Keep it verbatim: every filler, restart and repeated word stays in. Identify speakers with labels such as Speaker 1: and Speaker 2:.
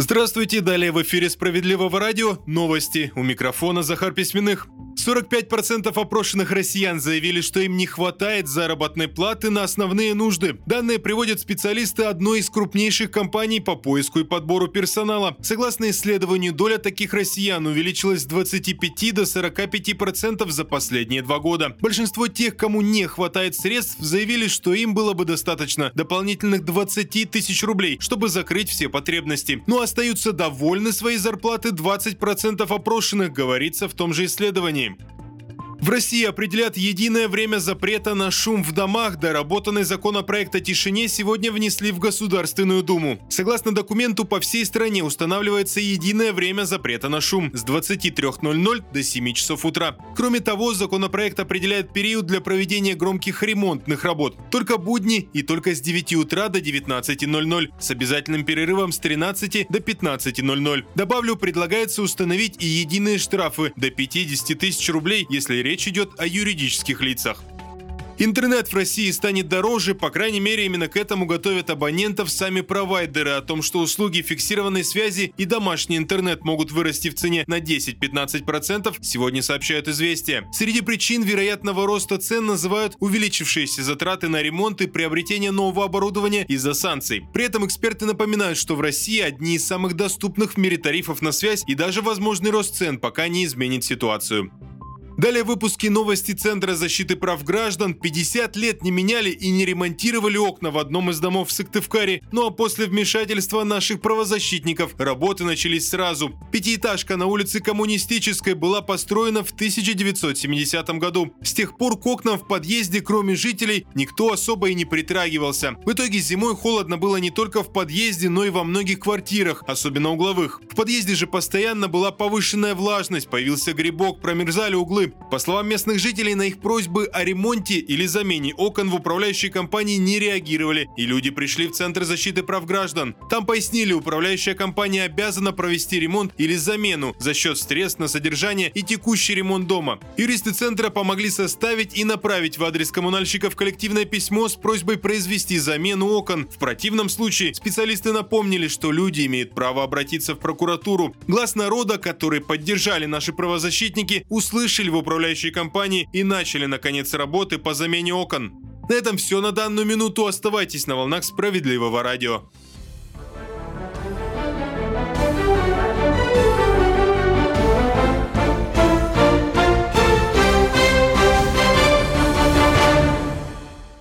Speaker 1: Здравствуйте, далее в эфире «Справедливого радио» новости. У микрофона Захар Письменных. сорок пять процентов опрошенных россиян заявили, что им не хватает заработной платы на основные нужды. Данные приводят специалисты одной из крупнейших компаний по поиску и подбору персонала. Согласно исследованию, доля таких россиян увеличилась с двадцати пяти до сорока пяти процентов за последние два года. Большинство тех, кому не хватает средств, заявили, что им было бы достаточно дополнительных двадцати тысяч рублей, чтобы закрыть все потребности. Но остаются довольны своей зарплаты двадцать процентов опрошенных, говорится в том же исследовании. В России определят единое время запрета на шум в домах. Доработанный законопроект о тишине сегодня внесли в Государственную Думу. Согласно документу, по всей стране устанавливается единое время запрета на шум с двадцати трёх ноль-ноль до семи часов утра. Кроме того, законопроект определяет период для проведения громких ремонтных работ. Только будни и только с девяти утра до девятнадцати ноль-ноль с обязательным перерывом с тринадцати до пятнадцати ноль-ноль. Добавлю, предлагается установить и единые штрафы до пятидесяти тысяч рублей, если речь идет о юридических лицах. Интернет в России станет дороже, по крайней мере, именно к этому готовят абонентов сами провайдеры. О том, что услуги фиксированной связи и домашний интернет могут вырасти в цене на десять-пятнадцать процентов, сегодня сообщают «Известия». Среди причин вероятного роста цен называют увеличившиеся затраты на ремонт и приобретение нового оборудования из-за санкций. При этом эксперты напоминают, что в России одни из самых доступных в мире тарифов на связь, и даже возможный рост цен пока не изменит ситуацию. Далее в выпуске новости Центра защиты прав граждан. пятьдесят лет не меняли и не ремонтировали окна в одном из домов в Сыктывкаре. Ну а после вмешательства наших правозащитников работы начались сразу. Пятиэтажка на улице Коммунистической была построена в тысяча девятьсот семидесятом году. С тех пор к окнам в подъезде, кроме жителей, никто особо и не притрагивался. В итоге зимой холодно было не только в подъезде, но и во многих квартирах, особенно угловых. В подъезде же постоянно была повышенная влажность, появился грибок, промерзали углы. По словам местных жителей, на их просьбы о ремонте или замене окон в управляющей компании не реагировали, и люди пришли в Центр защиты прав граждан. Там пояснили, управляющая компания обязана провести ремонт или замену за счет средств на содержание и текущий ремонт дома. Юристы Центра помогли составить и направить в адрес коммунальщиков коллективное письмо с просьбой произвести замену окон. В противном случае специалисты напомнили, что люди имеют право обратиться в прокуратуру. Глас народа, который поддержали наши правозащитники, услышали в управляющей компании и начали, наконец, работы по замене окон. На этом все на данную минуту. Оставайтесь на волнах «Справедливого радио».